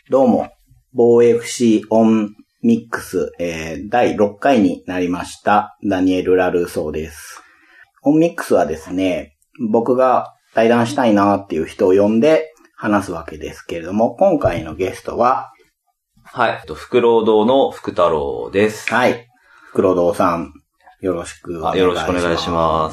どうも、防 FC オンミックス、第6回になりました、ダニエル・ラルーソーです。オンミックスはですね、僕が対談したいなっていう人を呼んで話すわけですけれども、今回のゲストは、 はい、フクロウ堂の福太郎です。 はい、フクロウ堂さん、よろしくお願いします。 よろしくお願いします。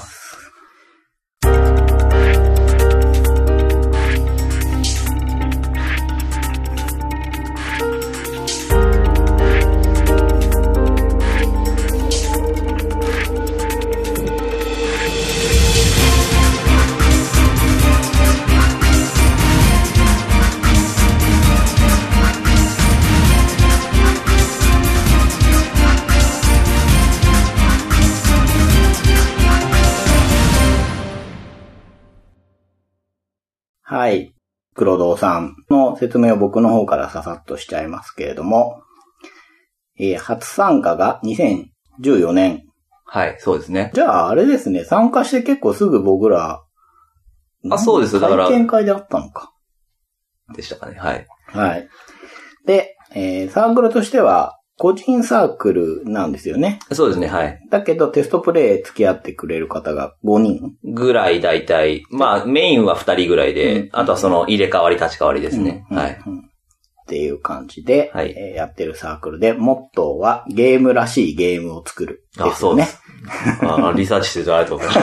はい。黒堂さんの説明を僕の方からささっとしちゃいますけれども、初参加が2014年。 はい、そうですね。 じゃあ、あれですね、参加して結構すぐ僕ら、 そうです、だから。 体験会であったのか。 でしたかね、はい。 はい。で、サークルとしては、個人サークルなんですよね。 そうですね、はい。 だけどテストプレイ付き合ってくれる方が5人ぐらいだいたい。まあメインは2人ぐらいで、あとはその入れ替わり立ち替わりですね。はい。 っていう感じで、はい、やってるサークルで、モットーはゲームらしいゲームを作るですよね。 そうです。リサーチしていただいております。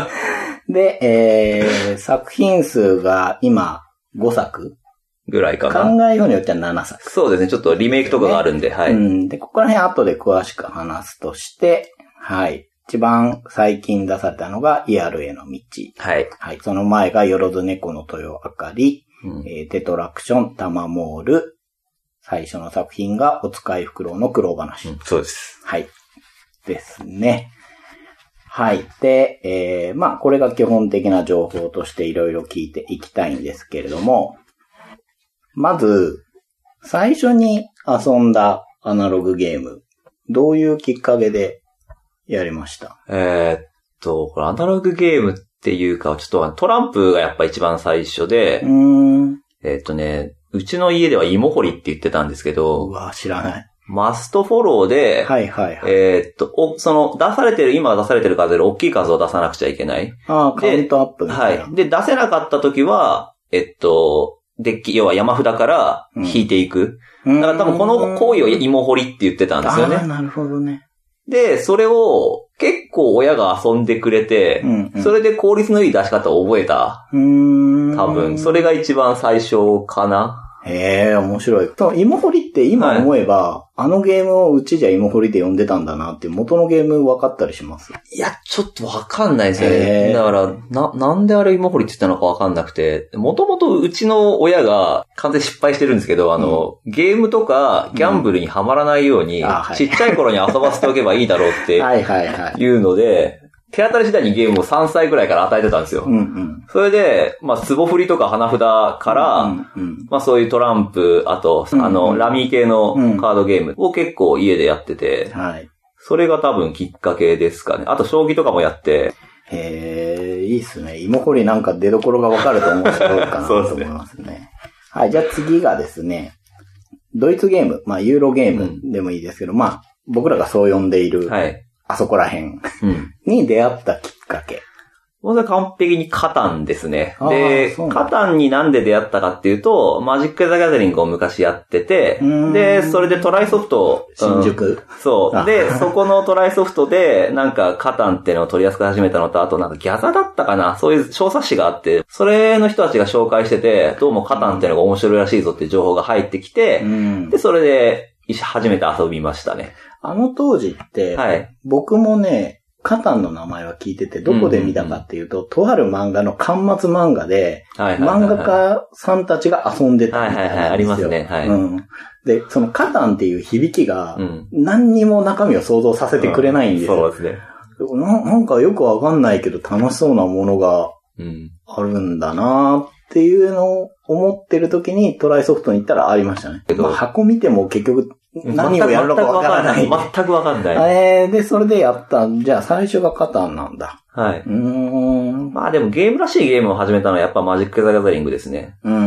で、作品数が今5作ぐらいかな。 考えようによっては7作。 そうですね。ちょっとリメイクとかがあるんで、はい。 で、ここら辺後で詳しく話すとして、はい。一番最近出されたのが、イアルへの道。 はい。 はい。その前が、よろず猫の豊あかり、テトラクション、タマモール。最初の作品が、お使いフクロウの苦労話。 そうです。 はい。ですね。はい。で、まあ、これが基本的な情報としていろいろ聞いていきたいんですけれども、まず、最初に遊んだアナログゲーム、どういうきっかけでやりました？ これアナログゲームっていうか、ちょっとトランプがやっぱ一番最初で、うちの家では芋掘りって言ってたんですけど、 うわ、知らない。 マストフォローで、 はいはいはい。 その今出されてる数より大きい数を出さなくちゃいけない。 ああ、カウントアップみたいな。 はい。で、出せなかった時は、デッキ、要は山札から引いていく。だから多分この行為を芋掘りって言ってたんですよね。 なるほどね。 で、それを結構親が遊んでくれて、それで効率のいい出し方を覚えた。多分、それが一番最初かな。 へえ、面白い。芋掘りって今思えば、あのゲームをうちじゃ芋掘りで呼んでたんだなって元のゲーム分かったりします？ いや、ちょっと分かんないですよね。だから、なんであれ芋掘りって言ったのか分かんなくて、もともとうちの親が完全に失敗してるんですけど、ゲームとかギャンブルにはまらないように、ちっちゃい頃に遊ばせておけばいいだろうっていうので、手当たり次第にゲームを3歳ぐらいから与えてたんですよ。それで、まあ、壺振りとか花札から、まあ、そういうトランプ、あと、ラミー系のカードゲームを結構家でやってて、それが多分きっかけですかね。あと、将棋とかもやって。 へー、いいっすね。芋掘りなんか出所がわかると面白いかなと思いますね。はい、じゃあ次がですね、ドイツゲーム、まあ、ユーロゲームでもいいですけど、まあ、僕らがそう呼んでいる、あそこら辺に出会ったきっかけ。 それは完璧にカタンですね。で、カタンになんで出会ったかっていうと、マジック・ザ・ギャザリングを昔やってて、で、それでトライソフト。 新宿、 そう。で、そこのトライソフトで、なんかカタンっていうのを取り扱い始めたのと、あとなんかギャザだったかな、そういう小冊子があって、それの人たちが紹介してて、どうもカタンっていうのが面白いらしいぞっていう情報が入ってきて、で、それで初めて遊びましたね。 あの当時って、僕もね、カタンの名前は聞いてて、どこで見たかっていうと、とある漫画の巻末漫画で、漫画家さんたちが遊んでたみたいなんですよ。ありますね。で、そのカタンっていう響きが、何にも中身を想像させてくれないんですよ。 そうですね。 なんかよくわかんないけど楽しそうなものがあるんだなっていうのを思ってる時にトライソフトに行ったらありましたね。箱見ても結局、何をやるのかわからない。 全くわかんない。 で、それでやった。じゃあ最初がカタンなんだ。 はい。まあでもゲームらしいゲームを始めたのはやっぱマジック・ザ・ギャザリングですね。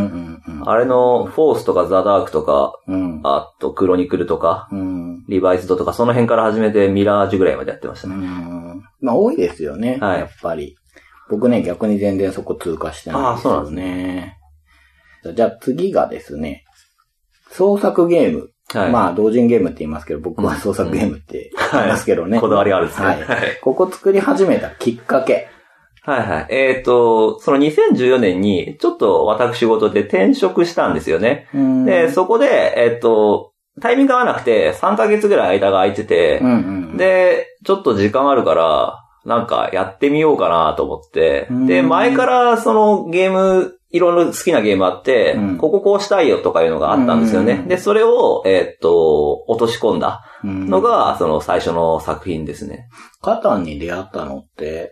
あれのフォースとかザ・ダークとか、あとクロニクルとか、リバイスドとか、その辺から始めてミラージュぐらいまでやってましたね。 まあ多いですよね。やっぱり。僕ね、逆に全然そこ通過してないんですよね。そうなんですね。じゃあ次がですね、創作ゲーム。まあ、同人ゲームって言いますけど、僕は創作ゲームって言いますけどね。 こだわりあるんですね。 はい。ここ作り始めたきっかけ。 はいはい。その2014年に、ちょっと私事で転職したんですよね。で、そこで、タイミング合わなくて、3ヶ月ぐらい間が空いてて、で、ちょっと時間あるから、なんかやってみようかなと思って、で、前からそのゲーム、いろいろ好きなゲームあって、こここうしたいよとかいうのがあったんですよね。で、それを、落とし込んだのが、その最初の作品ですね。 カタンに出会ったのって、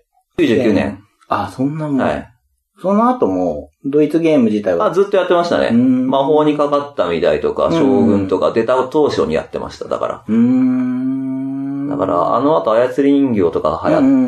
99年。 あ、そんなもん。はい。その後も、ドイツゲーム自体はずっとやってましたね。魔法にかかったみたいとか、将軍とか出た当初にやってました、だから。だから、あの後操り人形とか流行って、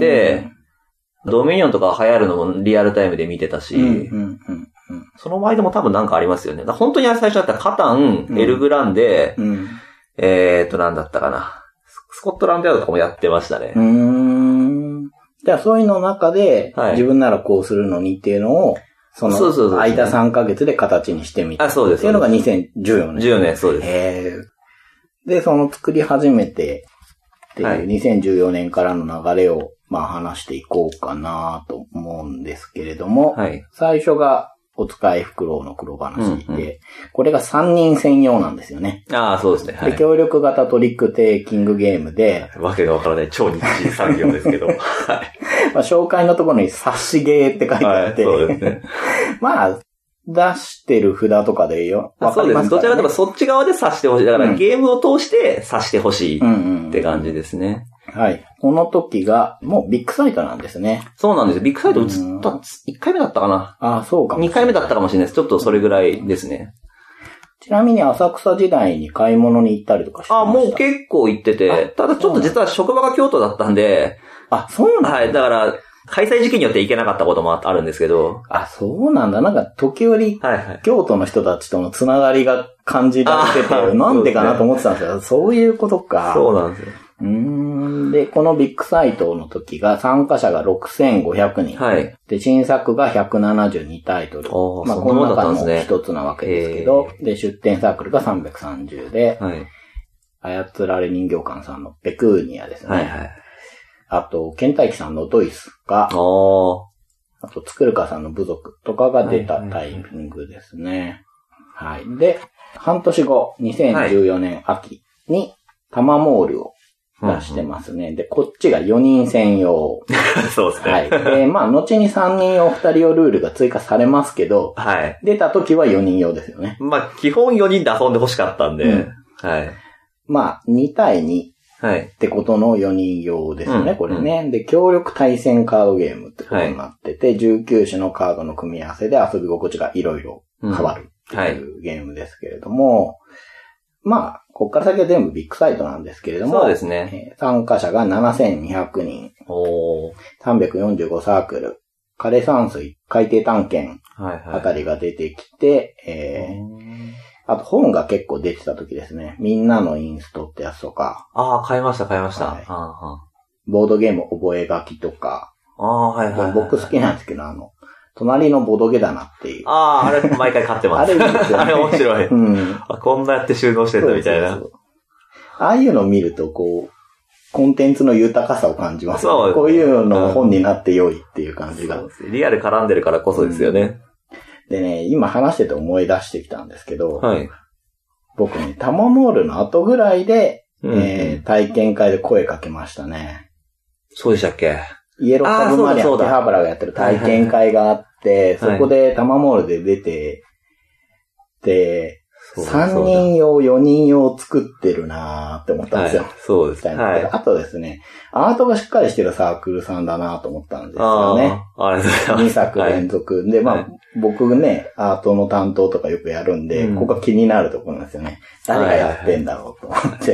ドミニオンとか流行るのもリアルタイムで見てたし、その前でも多分なんかありますよね。本当に最初だったらカタン、エルグランデ、なんだったかな。スコットランドヤードとかもやってましたね。 じゃあそういうの中で、自分ならこうするのにっていうのを、その、空いた3ヶ月で形にしてみた。 そうです。 っていうのが2014年。 14年、そうです。 で、その作り始めて、っていう2014年からの流れを、まあ話していこうかなと思うんですけれども、最初がお使いフクロウの黒話で、これが3人専用なんですよね。 そうですね。 で、協力型トリックテイキングゲームで、 わけがわからない超日常産業ですけど、 まあ紹介のところに察しゲーって書いてあって、そうですね。まあ、出してる札とかでいいよ。 そうですね。どちらかというとそっち側で察してほしい。だからゲームを通して察してほしいって感じですね。 はい。この時が、もうビッグサイトなんですね。 そうなんですよ。ビッグサイト映った、1回目だったかな。 そうかも。 2回目だったかもしれないです。ちょっとそれぐらいですね。 ちなみに浅草時代に買い物に行ったりとかしてました？ もう結構行ってて、ただちょっと実は職場が京都だったんで、 そうなんだ。 はい。だから、開催時期によって行けなかったこともあるんですけど。 そうなんだ。なんか時折、京都の人たちとのつながりが感じられてて、なんでかなと思ってたんですけど、そういうことか。 そうなんですよ。 で、このビッグサイトの時が参加者が6500人。で、新作が172タイトル。まあ、この中の一つなわけですけど、で、出展サークルが330で、操られ人形館さんのペクーニアですね。あと、ケンタイキさんのドイスが、あと、ツクルカさんの部族とかが出たタイミングですね。で、半年後、2014年秋に、タマモールを出してますね。で、こっちが4人専用。 そうですね。 で、まあ、後に3人用、2人用ルールが追加されますけど、出た時は4人用ですよね。 まあ、基本4人で遊んで欲しかったんで、 まあ、2対2。ってことの4人用ですよね、これね。で、協力対戦カードゲームってことになってて、19種のカードの組み合わせで遊び心地がいろいろ変わるっていうゲームですけれども、まあ、こっから先は全部ビッグサイトなんですけれども、 そうですね。 参加者が7200人、345サークル、枯山水、海底探検あたりが出てきて、あと本が結構出てた時ですね。みんなのインストってやつとか。 買いました。 ボードゲーム覚え書きとか。僕好きなんですけど、隣のボドゲ棚っていう。 あれ毎回買ってます。 あれいいですよね。 あれ面白い。こんなやって収納してたみたいな。 ああいうのを見ると、こう、コンテンツの豊かさを感じますよね。こういうの本になって良いっていう感じが。 リアル絡んでるからこそですよね。 でね、今話してて思い出してきたんですけど、僕ね、タマモールの後ぐらいで、体験会で声かけましたね。 そうでしたっけ？ イエローサブマリアンってハーバラがやってる体験会があって、そこでタマモールで出て、で、3人用、4人用作ってるなーって思ったんですよ。 そうですね。 あとですね、アートがしっかりしてるサークルさんだなと思ったんですよね。2作連続。で、まあ、僕ね、アートの担当とかよくやるんで、ここが気になるところなんですよね。誰がやってんだろうと思って。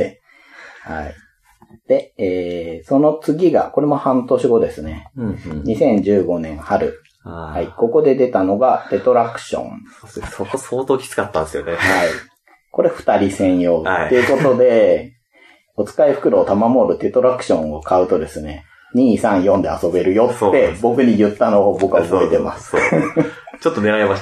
で、その次が、これも半年後ですね。2015年春、 はい。ここで出たのが、テトラクション。 そこ相当きつかったんですよね。 はい。これ2人専用。ということで、お使い袋タマモールテトラクションを買うとですね、2、3、4で遊べるよって僕に言ったのを僕は覚えてます。 そうちょっと狙いました。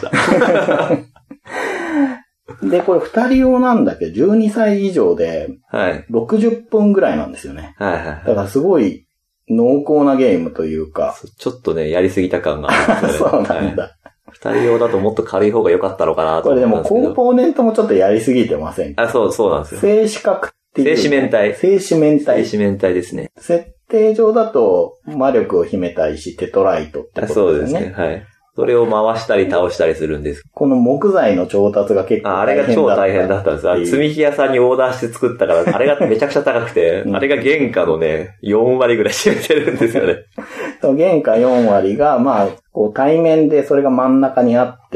で、これ2人用なんだけど、12歳以上で、60分ぐらいなんですよね。 はいはい。 だからすごい濃厚なゲームというか。 ちょっとね、やりすぎた感があるんですよね。 そうなんだ。 2人用だともっと軽い方が良かったのかなと思ったんですけど。 これでもコンポーネントもちょっとやりすぎてませんか？ そうなんですよ。 静止角っていう。 静止面体。 静止面体。 静止面体ですね。 設定上だと魔力を秘めた石テトライトってことですね。 そうですね。はい。それを回したり倒したりするんです。 この木材の調達が結構大変だった。 あれが超大変だったんです。積み木屋さんにオーダーして作ったから、あれがめちゃくちゃ高くて、あれが原価のね、4割ぐらい占めてるんですよね。 原価4割が、まあ、こう対面でそれが真ん中にあって、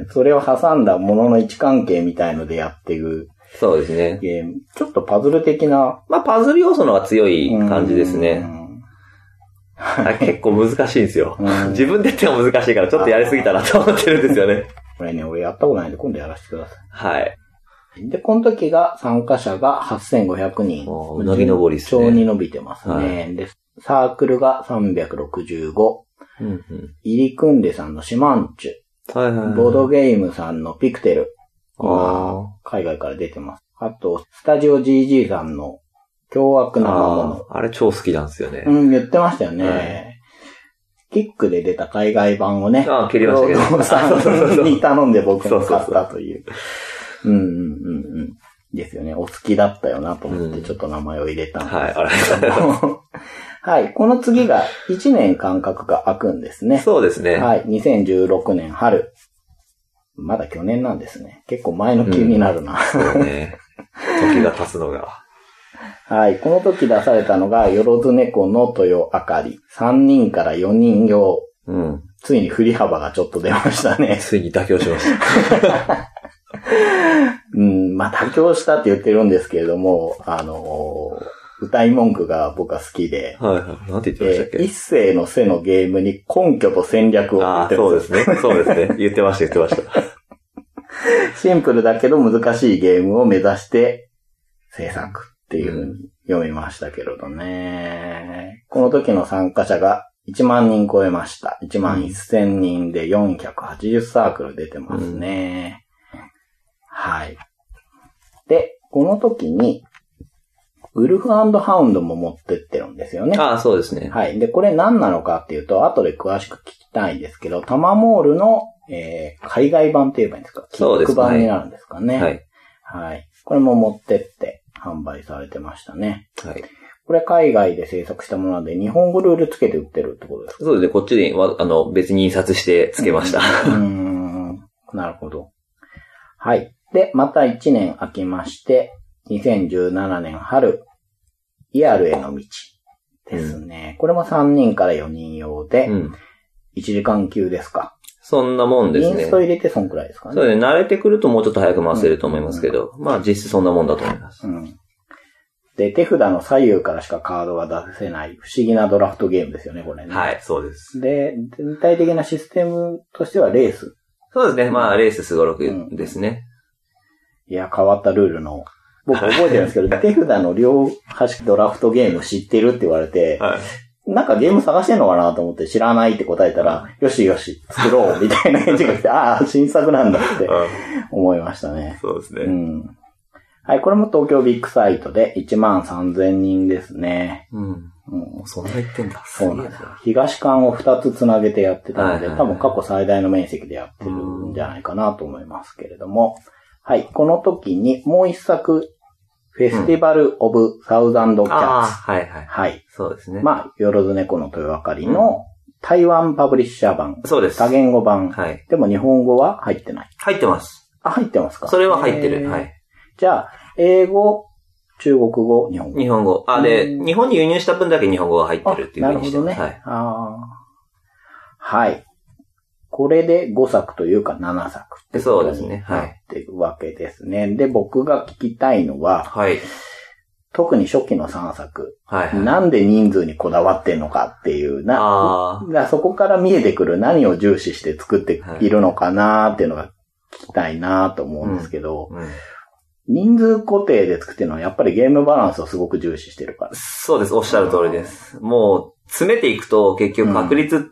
それを挟んだものの位置関係みたいのでやっていく。 そうですね。 ゲーム。ちょっとパズル的な。 まあ、パズル要素の方が強い感じですね。結構難しいんですよ。自分でやっても難しいからちょっとやりすぎたなと思ってるんですよね。 これね、俺やったことないんで今度やらせてください。 はい。 で、この時が参加者が8500人。 うなぎ登りですね。 順調に伸びてますね。はい、で、サークルが365。入り組んでさんのシマンチュ。ボードゲームさんのピクテル。海外から出てます。あと、スタジオ GG さんの凶悪な魔物。 あれ超好きなんですよね。 言ってましたよね。キックで出た海外版をね。 切りましたけど。 ロードさんに頼んで僕も買ったという。ですよね。お好きだったよなと思ってちょっと名前を入れたんですけど。はい、ありがとうございます。はい。この次が1年間隔が空くんですね。 そうですね。 はい。2016年春。まだ去年なんですね。結構前の級になるな。 そうね。時が経つのが。 はい。この時出されたのが、よろず猫の豊あかり。3人から4人用。ついに振り幅がちょっと出ましたね。 ついに妥協しました。 まあ妥協したって言ってるんですけれども、歌い文句が僕は好きで。 なんて言ってましたっけ？ 一世の背のゲームに根拠と戦略を言ってるんです。 そうですね。言ってました。 シンプルだけど難しいゲームを目指して制作っていう風に読みましたけれどね。この時の参加者が1万人超えました。1万1000人で480サークル出てますね。はい。で、この時にウルフ&ハウンドも持ってってるんですよね。 そうですね。 はい。で、これ何なのかっていうと、後で詳しく聞きたいんですけど、タマモールの、海外版って言えばいいんですか？キック版になるんですかね。はい。はい。これも持ってって販売されてましたね。はい。これ海外で制作したものなんで、日本語ルールつけて売ってるってことですか？ そうですね。こっちに別に印刷してつけました。 なるほど。はい。で、また1年空きまして、2017年春、イアルへの道ですね。これも3人から4人用で、1時間級ですか。 そんなもんですね。 インスト入れてそんくらいですかね。 そうね。慣れてくるともうちょっと早く回せると思いますけど、まあ実質そんなもんだと思います。 で、手札の左右からしかカードが出せない不思議なドラフトゲームですよね、これね。 はい、そうです。 で、全体的なシステムとしてはレース。 そうですね。まあレースすごろくですね。 いや、変わったルールの。僕覚えてるんですけど、手札の両端ドラフトゲーム知ってるって言われて、なんかゲーム探してんのかなと思って知らないって答えたら、よしよし、作ろうみたいな返事が来て、新作なんだって思いましたね。 そうですね。 はい、これも東京ビッグサイトで13000人ですね。 そんな言ってんだ。 そうなんですよ。東館を2つつなげてやってたので、多分過去最大の面積でやってるんじゃないかなと思いますけれども、はい、この時にもう一作、フェスティバル・オブ・サウザンド・キャッツ。はい。 そうですね。 まあ、よろず猫の豊あかりの台湾パブリッシャー版。 そうです。 多言語版。はい。でも日本語は入ってない。 入ってます。 入ってますか？ それは入ってる。はい。 じゃあ、英語、中国語、日本語。 日本語。で、日本に輸入した分だけ日本語が入ってるっていうふうにしてます。 なるほどね。はい。これで5作というか7作ってことになっているわけですね。で、僕が聞きたいのは、 特に初期の3作、 はいはい。 なんで人数にこだわってんのかっていうそこから見えてくる何を重視して作っているのかなっていうのが聞きたいなと思うんですけど、人数固定で作ってるのはやっぱりゲームバランスをすごく重視してるから。 そうです、おっしゃる通りです。もう、詰めていくと結局確率って、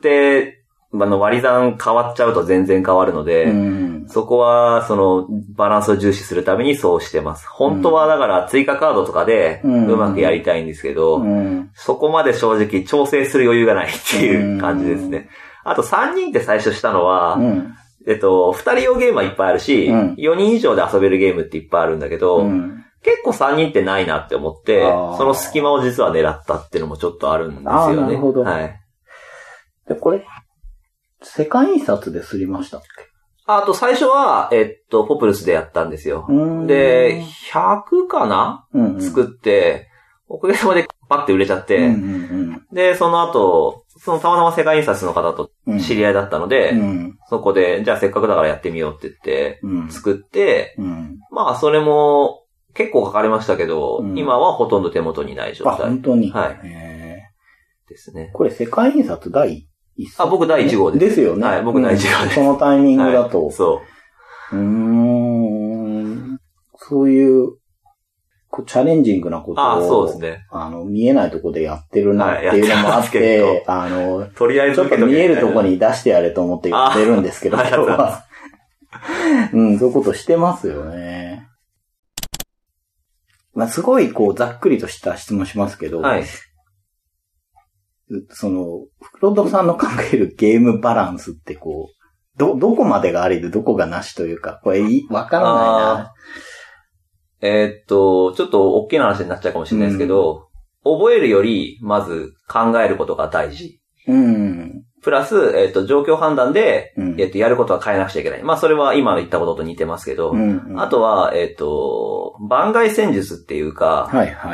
割り算変わっちゃうと全然変わるので、そこは、バランスを重視するためにそうしてます。本当はだから追加カードとかでうまくやりたいんですけど、そこまで正直調整する余裕がないっていう感じですね。あと3人って最初したのは、2人用ゲームはいっぱいあるし、4人以上で遊べるゲームっていっぱいあるんだけど、結構3人ってないなって思って、その隙間を実は狙ったっていうのもちょっとあるんですよね。 なるほど。 はい。 で、これ、世界印刷ですりましたっけ？ あと最初は、ポプルスでやったんですよ。で、100かな、作って、おかげさまでパッて売れちゃって、で、その後、たまたま世界印刷の方と知り合いだったので、そこで、じゃあせっかくだからやってみようって言って、作って、まあ、それも結構かかりましたけど、今はほとんど手元にない状態。 本当に。 はい。ですね。 これ世界印刷第1作、 僕第1号です。 ですよね。 はい、僕第1号です。 そのタイミングだと。 そう。 そういう、チャレンジングなことを、 そうですね。 見えないとこでやってるなっていうのもあって、 とりあえずちょっと見えるとこに出してやれと思ってやってるんですけど、今日は。そういうことしてますよね。まあ、すごい、ざっくりとした質問しますけど、 はい。 フロドさんの考えるゲームバランスってどこまでがありでどこがなしというか、これわからないな。 ちょっと大きな話になっちゃうかもしれないですけど、覚えるより、まず考えることが大事。プラス、状況判断で、やることは変えなくちゃいけない。まあ、それは今言ったことと似てますけど、あとは、番外戦術っていうか、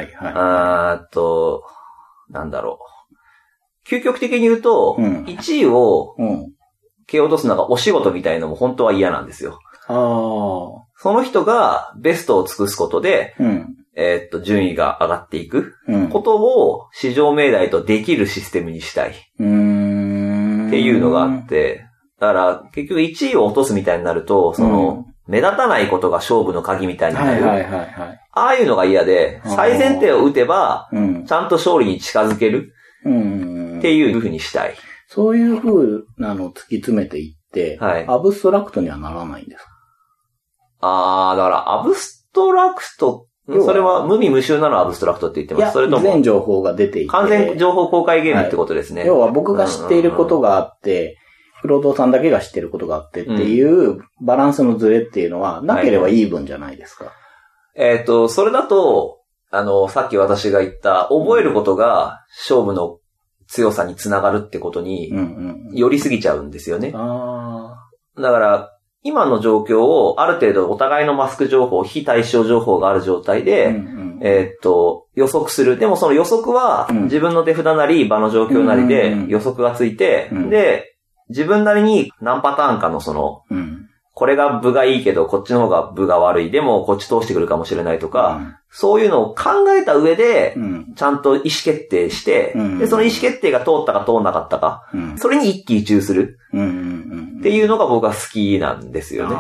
なんだろう。究極的に言うと、1位を蹴落とすのがお仕事みたいのも本当は嫌なんですよ。その人がベストを尽くすことで、順位が上がっていくことを市場命題とできるシステムにしたい。っていうのがあって、だから結局1位を落とすみたいになると、目立たないことが勝負の鍵みたいになる。ああいうのが嫌で、最前提を打てば、ちゃんと勝利に近づける。っていう風にしたい。 そういう風なのを突き詰めていって、アブストラクトにはならないんですか？ だからアブストラクト、それは無味無臭なのアブストラクトって言ってます。それとも全情報が出ていて。 完全情報公開ゲームってことですね。 要は僕が知っていることがあって、フロードさんだけが知っていることがあってっていうバランスのズレっていうのはなければイーブンじゃないですか。 それだと、さっき私が言った覚えることが勝負の強さにつながるってことに寄りすぎちゃうんですよね。だから、今の状況をある程度お互いのマスク情報、非対称情報がある状態で、予測する。でもその予測は自分の手札なり場の状況なりで予測がついて、で、自分なりに何パターンかのこれが部がいいけど、こっちの方が部が悪い。でも、こっち通してくるかもしれないとか、そういうのを考えた上で、ちゃんと意思決定して、で、その意思決定が通ったか通んなかったか、それに一喜一憂する。っていうのが僕は好きなんですよね。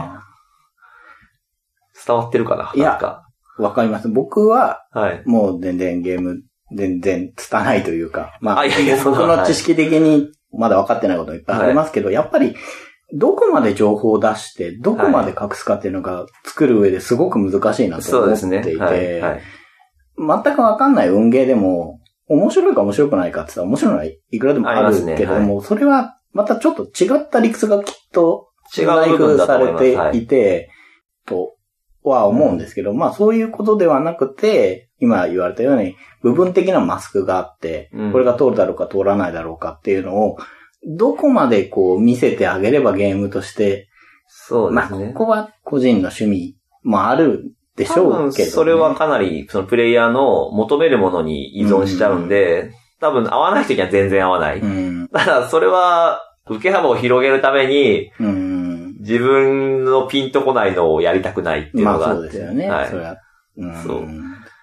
伝わってるかな？ いや、わかります。僕は、もう全然ゲーム、全然拙いというか、まあ、僕の知識的にまだ分かってないこといっぱいありますけど、やっぱり、どこまで情報を出して、どこまで隠すかっていうのが作る上ですごく難しいなと思っていて、全くわかんない運ゲーでも、面白いか面白くないかって言ったら面白いのはいくらでもあるけれども、それはまたちょっと違った理屈がきっと内封されていて、とは思うんですけど、まあそういうことではなくて、今言われたように部分的なマスクがあって、これが通るだろうか通らないだろうかっていうのを、どこまで見せてあげればゲームとして、 そうですね。 まあ、ここは個人の趣味もあるでしょうけど、ね。 それはかなり、プレイヤーの求めるものに依存しちゃうんで、多分合わない人には全然合わない。ただ、それは、受け幅を広げるために、自分のピンとこないのをやりたくないっていうのがあって。 まあそうですよね。それは。 そう。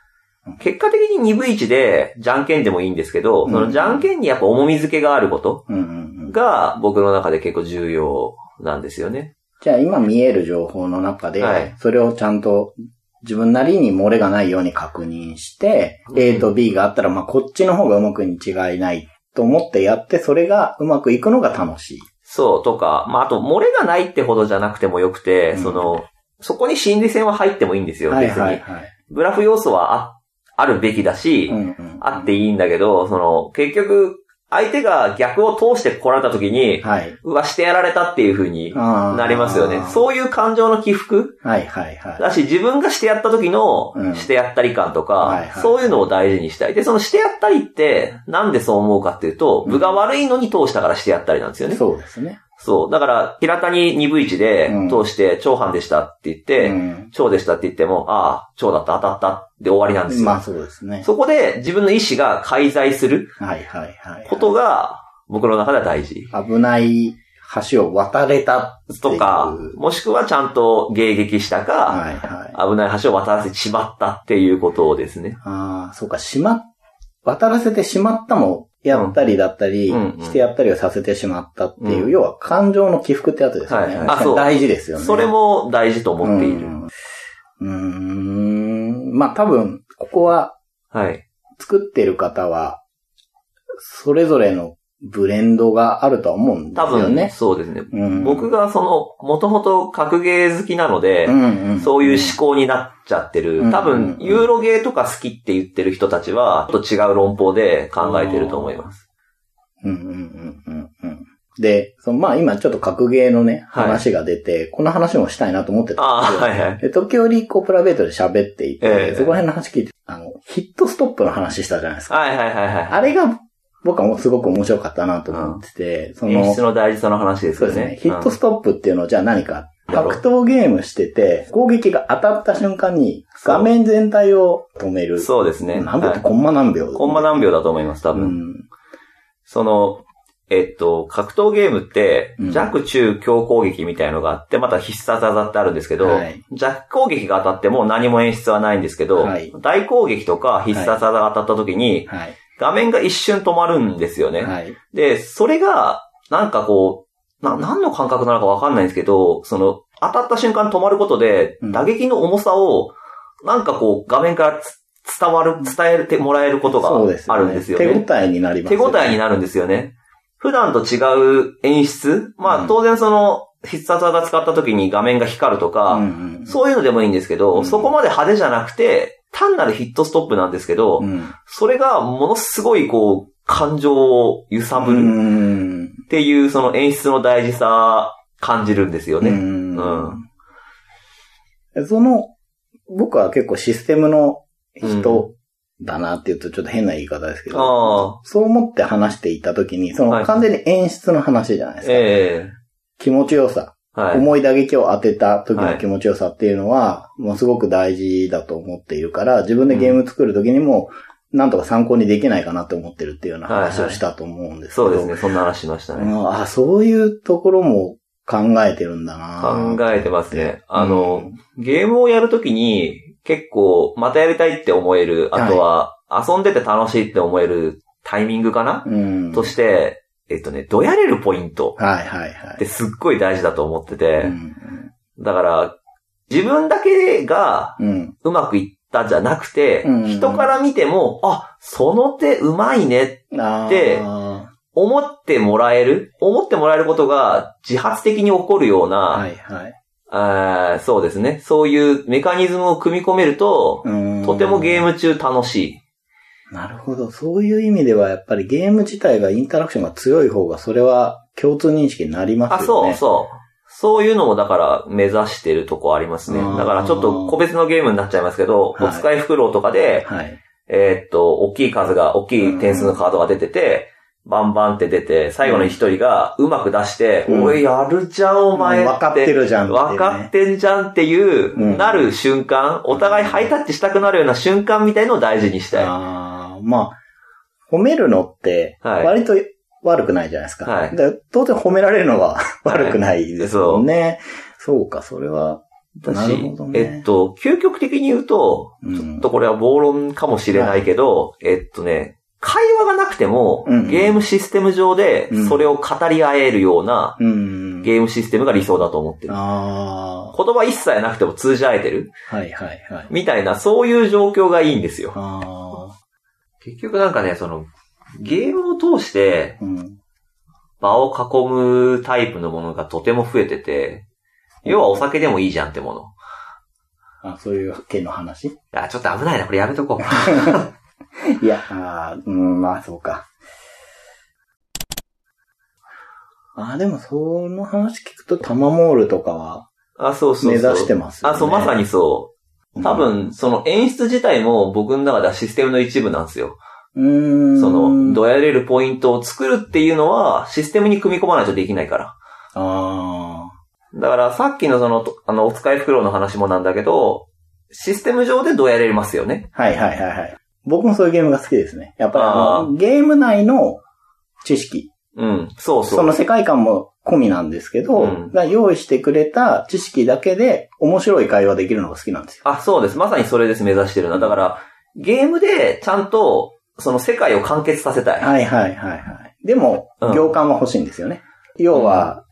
結果的に2分1で、じゃんけんでもいいんですけど、そのじゃんけんにやっぱ重み付けがあることが、僕の中で結構重要なんですよね。 じゃあ今見える情報の中で、それをちゃんと自分なりに漏れがないように確認して、A と B があったら、まあこっちの方がうまくに違いないと思ってやって、それがうまくいくのが楽しい。 そう、とか、まああと漏れがないってほどじゃなくてもよくて、そこに心理戦は入ってもいいんですよ、別に。ブラフ要素はあるべきだし、あっていいんだけど、結局、相手が逆を通して来られた時に、うわ、してやられたっていう風になりますよね。そういう感情の起伏だし、自分がしてやった時のしてやったり感とか、そういうのを大事にしたい。で、そのしてやったりって、なんでそう思うかっていうと、分が悪いのに通したからしてやったりなんですよね。 そうですね。 そう。だから、平田に2分1で通して、長犯でしたって言って、長でしたって言っても、ああ、長だった、当たったで終わりなんですよ。 まあそうですね。 そこで自分の意思が介在することが、僕の中では大事。 危ない橋を渡れたとか、もしくはちゃんと迎撃したか、危ない橋を渡らせてしまったっていうことですね。 ああ、そうか、渡らせてしまったも、やったりだったり、してやったりをさせてしまったっていう、要は感情の起伏ってやつですよね。大事ですよね。 それも大事と思っている。 まあ多分、ここは、作ってる方は、それぞれのブレンドがあるとは思うんですよね。 多分、そうですね。僕がもともと格ゲー好きなので、そういう思考になっちゃってる。多分、ユーロゲーとか好きって言ってる人たちは、ちょっと違う論法で考えてると思います。 で、まあ今ちょっと格ゲーのね、話が出て、この話もしたいなと思ってたんですけど、時折プライベートで喋っていて、そこら辺の話聞いて、ヒットストップの話したじゃないですか。あれが、僕はもうすごく面白かったなと思ってて、 演出の大事さの話ですよね。 そうですね。ヒットストップっていうのはじゃあ何か、格闘ゲームしてて、攻撃が当たった瞬間に画面全体を止める。 そうですね。 何秒ってコンマ何秒、 コンマ何秒だと思います、多分。格闘ゲームって、弱中強攻撃みたいのがあって、また必殺技ってあるんですけど、弱攻撃が当たっても何も演出はないんですけど、大攻撃とか必殺技が当たった時に、画面が一瞬止まるんですよね。で、それが、なんか何の感覚なのかわかんないんですけど、当たった瞬間止まることで、打撃の重さを、なんか画面から伝えてもらえることがあるんですよね。 手応えになりますよね。 手応えになるんですよね。普段と違う演出、まあ当然必殺技使った時に画面が光るとか、そういうのでもいいんですけど、そこまで派手じゃなくて、単なるヒットストップなんですけど、それがものすごい感情を揺さぶるっていうその演出の大事さ感じるんですよね。 僕は結構システムの人だなって言うとちょっと変な言い方ですけど、そう思って話していたときに、完全に演出の話じゃないですか。気持ちよさ。重い打撃を当てた時の気持ちよさっていうのは、もうすごく大事だと思っているから、自分でゲーム作る時にも、なんとか参考にできないかなって思ってるっていうような話をしたと思うんですけど。 そうですね、そんな話しましたね。 そういうところも考えてるんだな。 考えてますね。ゲームをやるときに結構またやりたいって思える、あとは遊んでて楽しいって思えるタイミングかな、として、どやれるポイントってすっごい大事だと思ってて、だから自分だけがうまくいったじゃなくて、人から見ても、その手うまいねって思ってもらえることが自発的に起こるような、そうですね。そういうメカニズムを組み込めると、とてもゲーム中楽しい。 なるほど。そういう意味ではやっぱりゲーム自体がインタラクションが強い方がそれは共通認識になりますよね。 そういうのもだから目指してるとこありますね。だからちょっと個別のゲームになっちゃいますけど、お使い袋とかで、大きい点数のカードが出てて、バンバンって出て、最後の一人がうまく出して、おい、やるじゃんお前って。 分かってるじゃんって、 分かってんじゃんっていう、なる瞬間、お互いハイタッチしたくなるような瞬間みたいのを大事にしたい。 まあ、褒めるのって、割と悪くないじゃないですか。当然褒められるのは悪くないですよね。そうか、それはなるほどね。 究極的に言うと、ちょっとこれは暴論かもしれないけど、会話がなくても、ゲームシステム上でそれを語り合えるようなゲームシステムが理想だと思ってる。言葉一切なくても通じ合えてる。 はいはいはい。 みたいな、そういう状況がいいんですよ。結局なんかね、ゲームを通して、場を囲むタイプのものがとても増えてて、要はお酒でもいいじゃんってもの。そういう系の話？ ちょっと危ないな、これやめとこう。 いや、まあそうか。でもその話聞くとタマモールとかは、 そう目指してますよね。 まさにそう。多分、その演出自体も僕の中ではシステムの一部なんですよ。どやれるポイントを作るっていうのは、システムに組み込まないとできないから。だからさっきのお使い袋の話もなんだけど、システム上でどやれますよね。 はいはいはいはい。僕もそういうゲームが好きですね。やっぱりゲーム内の知識。 そう。 その世界観も込みなんですけど、が用意してくれた知識だけで面白い会話できるのが好きなんですよ。 そうです。まさにそれです、目指してるのは。だから、ゲームでちゃんと、その世界を完結させたい。 はいはいはいはい。でも、行間は欲しいんですよね。要は、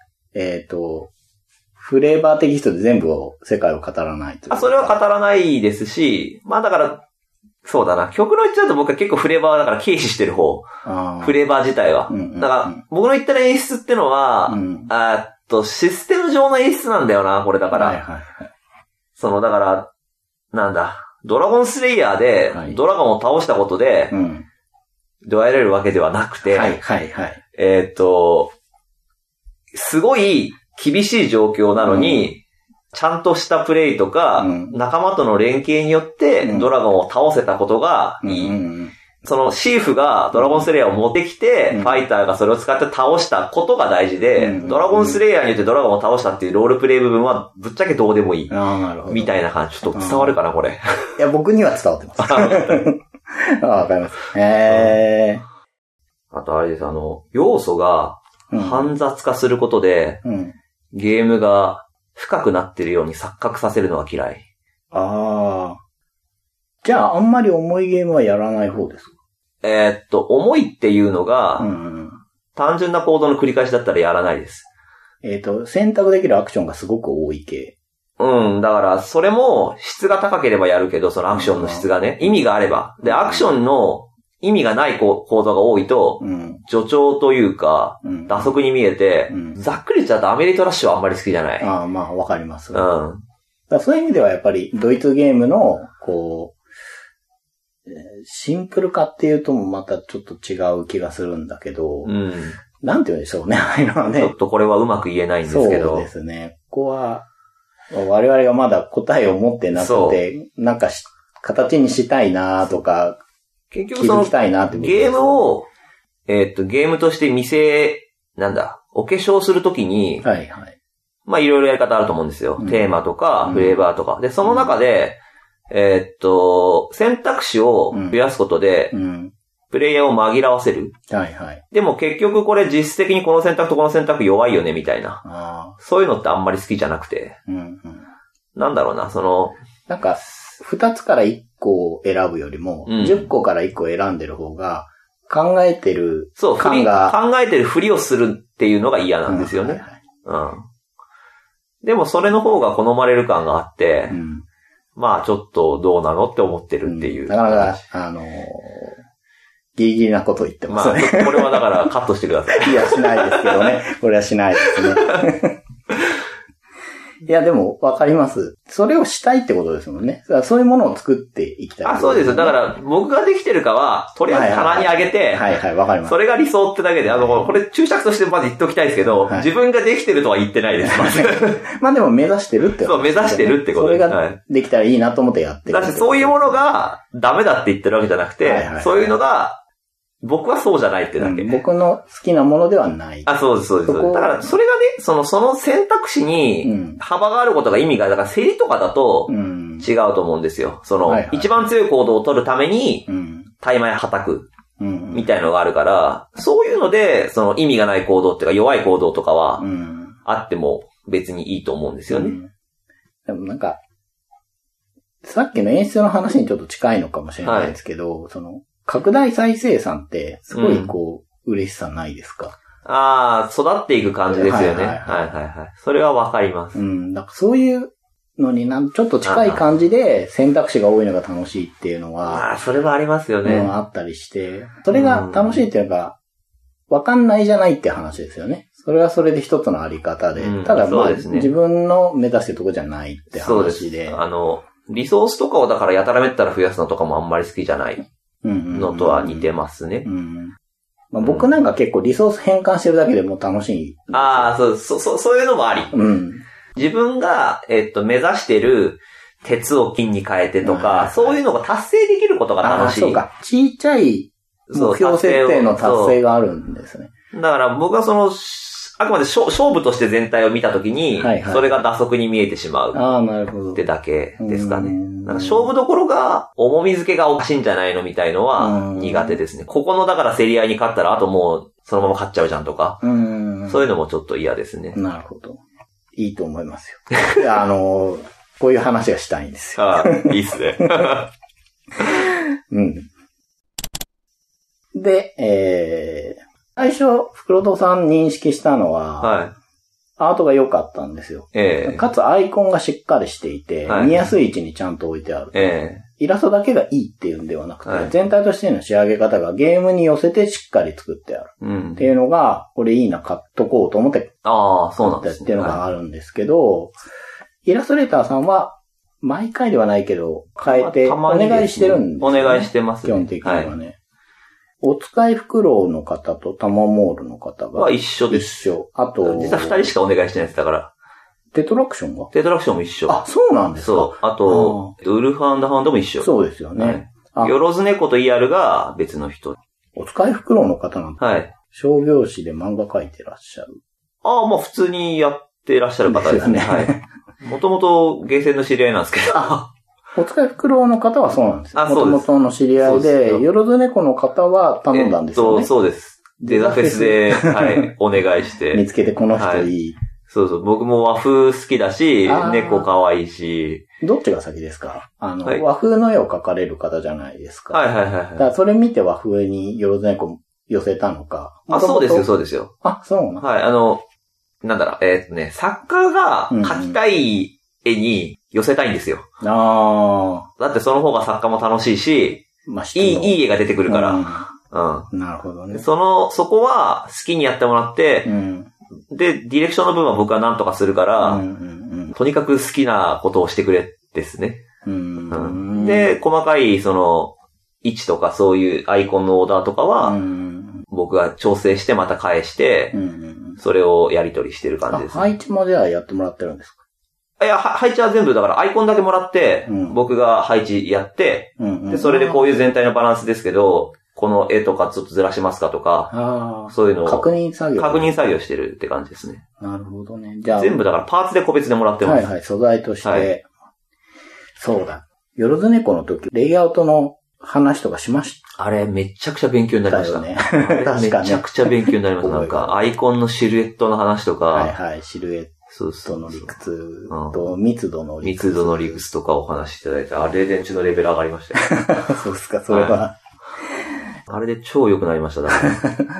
フレーバーテキストで全部世界を語らないという。 それは語らないですし、だから、そうだな。極論言っちゃうと僕は結構フレーバーだから軽視してる方。フレーバー自体は。だから、僕の言ったら演出ってのは、システム上の演出なんだよな、これだから。だから、なんだ。ドラゴンスレイヤーで、ドラゴンを倒したことで、どやれるわけではなくて、すごい厳しい状況なのに、ちゃんとしたプレイとか、仲間との連携によってドラゴンを倒せたことがいい。そのシーフがドラゴンスレイヤーを持ってきて、ファイターがそれを使って倒したことが大事で、ドラゴンスレイヤーによってドラゴンを倒したっていうロールプレイ部分はぶっちゃけどうでもいい。みたいな感じ。ちょっと伝わるかな、これ。 いや、僕には伝わってます。わかります。 あとあれです、要素が煩雑化することで、ゲームが深くなってるように錯覚させるのが嫌い。 じゃあ、あんまり重いゲームはやらない方ですか？ 重いっていうのが、単純な行動の繰り返しだったらやらないです。 選択できるアクションがすごく多い系。 だから、それも質が高ければやるけど、そのアクションの質がね、意味があれば。で、アクションの意味がない行動が多いと、助長というか、打足に見えて、ざっくり言っちゃうとアメリトラッシュはあんまり好きじゃない。 まあ、わかります。そういう意味ではやっぱり、ドイツゲームの、シンプル化っていうとまたちょっと違う気がするんだけど、なんて言うんでしょうね、ああいうのはね。 ちょっとこれはうまく言えないんですけど。 そうですね。ここは、我々がまだ答えを持ってなくて、なんか形にしたいなとか、 結局その、ゲームを、ゲームとしてお化粧するときに、まあいろいろやり方あると思うんですよ。テーマとか、フレーバーとか。で、その中で、選択肢を増やすことで、プレイヤーを紛らわせる。でも結局これ実質的にこの選択とこの選択弱いよね、みたいな。そういうのってあんまり好きじゃなくて。なんだろうな、 なんか、2つから1個を選ぶよりも、10個から1個選んでる方が、考えてる感が。 考えてるふりをするっていうのが嫌なんですよね。でもそれの方が好まれる感があって、まあちょっとどうなのって思ってるっていう。 なかなか、ギリギリなこと言ってますね。 まあ、これはだからカットしてください。 いや、しないですけどね。これはしないですね。いや、でも、わかります。それをしたいってことですもんね。そういうものを作っていきたい、 そうです。だから、僕ができてるかは、とりあえず棚にあげて、 わかります。 それが理想ってだけで、これ注釈としてまず言っておきたいですけど、自分ができてるとは言ってないです。 まあでも目指してるってことですね。 そう、目指してるってことです。 それができたらいいなと思ってやってる。 だし、そういうものがダメだって言ってるわけじゃなくて、そういうのが、僕はそうじゃないってだけ。 僕の好きなものではない。 そうです、そうです。だから、それがね、その選択肢に幅があることが意味が、だから競りとかだと違うと思うんですよ。一番強い行動を取るために、大枚はたく、みたいのがあるから、そういうので、意味がない行動っていうか弱い行動とかは、あっても別にいいと思うんですよね。 でもなんか、さっきの演出の話にちょっと近いのかもしれないですけど、はい、その、拡大再生産って、すごいこう、嬉しさないですか？ ああ、育っていく感じですよね。はいはい。それはわかります。 なんかそういうのにちょっと近い感じで選択肢が多いのが楽しいっていうのは。 それはありますよね。 あったりして、それが楽しいっていうか、わかんないじゃないって話ですよね。それはそれで一つのあり方で。ただまあ、自分の目指してるとこじゃないって話で。 リソースとかをだからやたらめったら増やすのとかもあんまり好きじゃないのとは似てますね。 まあ、僕なんか結構リソース変換してるだけでも楽しい。 そういうのもあり。自分が、目指してる鉄を金に変えてとか、そういうのが達成できることが楽しい。 そうか。ちっちゃい目標設定の達成があるんですね。 だから僕はあくまで勝負として全体を見たときに、それが打足に見えてしまう。 なるほど。 ってだけですかね。なんか勝負どころが、重み付けがおかしいんじゃないのみたいのは苦手ですね。ここのだから競り合いに勝ったら、あともうそのまま勝っちゃうじゃんとか。そういうのもちょっと嫌ですね。 なるほど。いいと思いますよ。こういう話がしたいんですよ。 いいっすね。 で、最初、袋戸さん認識したのは、アートが良かったんですよ。かつアイコンがしっかりしていて、見やすい位置にちゃんと置いてある。イラストだけがいいっていうんではなくて、全体としての仕上げ方がゲームに寄せてしっかり作ってある。っていうのが、これいいな、買っとこうと思って、 そうなんですね。 っていうのがあるんですけど、イラストレーターさんは、毎回ではないけど、変えて、お願いしてるんですよね。 お願いしてます。 基本的にはね。お使いフクロウの方とタマモールの方が。 一緒です。 一緒。あと、 実は二人しかお願いしてないです、だから。 テトラクションは？ テトラクションも一緒。 そうなんですか？ そう。あと、ウルフ&ハウンドも一緒。 そうですよね。 よろず猫とイアルが別の人。 お使いフクロウの方なんですか？商業誌で漫画描いてらっしゃる。 まあ普通にやってらっしゃる方ですね。もともとゲーセンの知り合いなんですけど。 お使いフクロウの方はそうなんですよ。もともとの知り合いで、よろず猫の方は頼んだんですよね。 そうです。デザフェスで、お願いして。 見つけてこの人いい。 そう。僕も和風好きだし、猫可愛いし。 どっちが先ですか？和風の絵を描かれる方じゃないですか。 だからそれ見て和風によろず猫寄せたのか。 そうですよ。 そうなんなんだろう、作家が描きたい絵に寄せたいんですよ。だってその方が作家も楽しいし、いい絵が出てくるから。 なるほどね。 そこは好きにやってもらって、で、ディレクションの部分は僕は何とかするから、とにかく好きなことをしてくれですね。で、細かい位置とかそういうアイコンのオーダーとかは、僕が調整してまた返して、それをやり取りしてる感じです、ね。 配置もじゃあやってもらってるんですか？ いや、配置は全部だからアイコンだけもらって、僕が配置やって、で、それでこういう全体のバランスですけど、この絵とかちょっとずらしますかとか、そういうのを確認作業してるって感じですね。 なるほどね。じゃあ全部だからパーツで個別でもらってます。 素材として。そうだ。よろず猫の時、レイアウトの話とかしました？ あれ、めちゃくちゃ勉強になりました。 確かに。 めちゃくちゃ勉強になりました。なんか、アイコンのシルエットの話とか。 シルエットの理屈と密度の理屈。 密度の理屈とかお話しいただいて、あれでうちのレベル上がりましたよ。 そうですか、それは。 あれで超良くなりました、だから。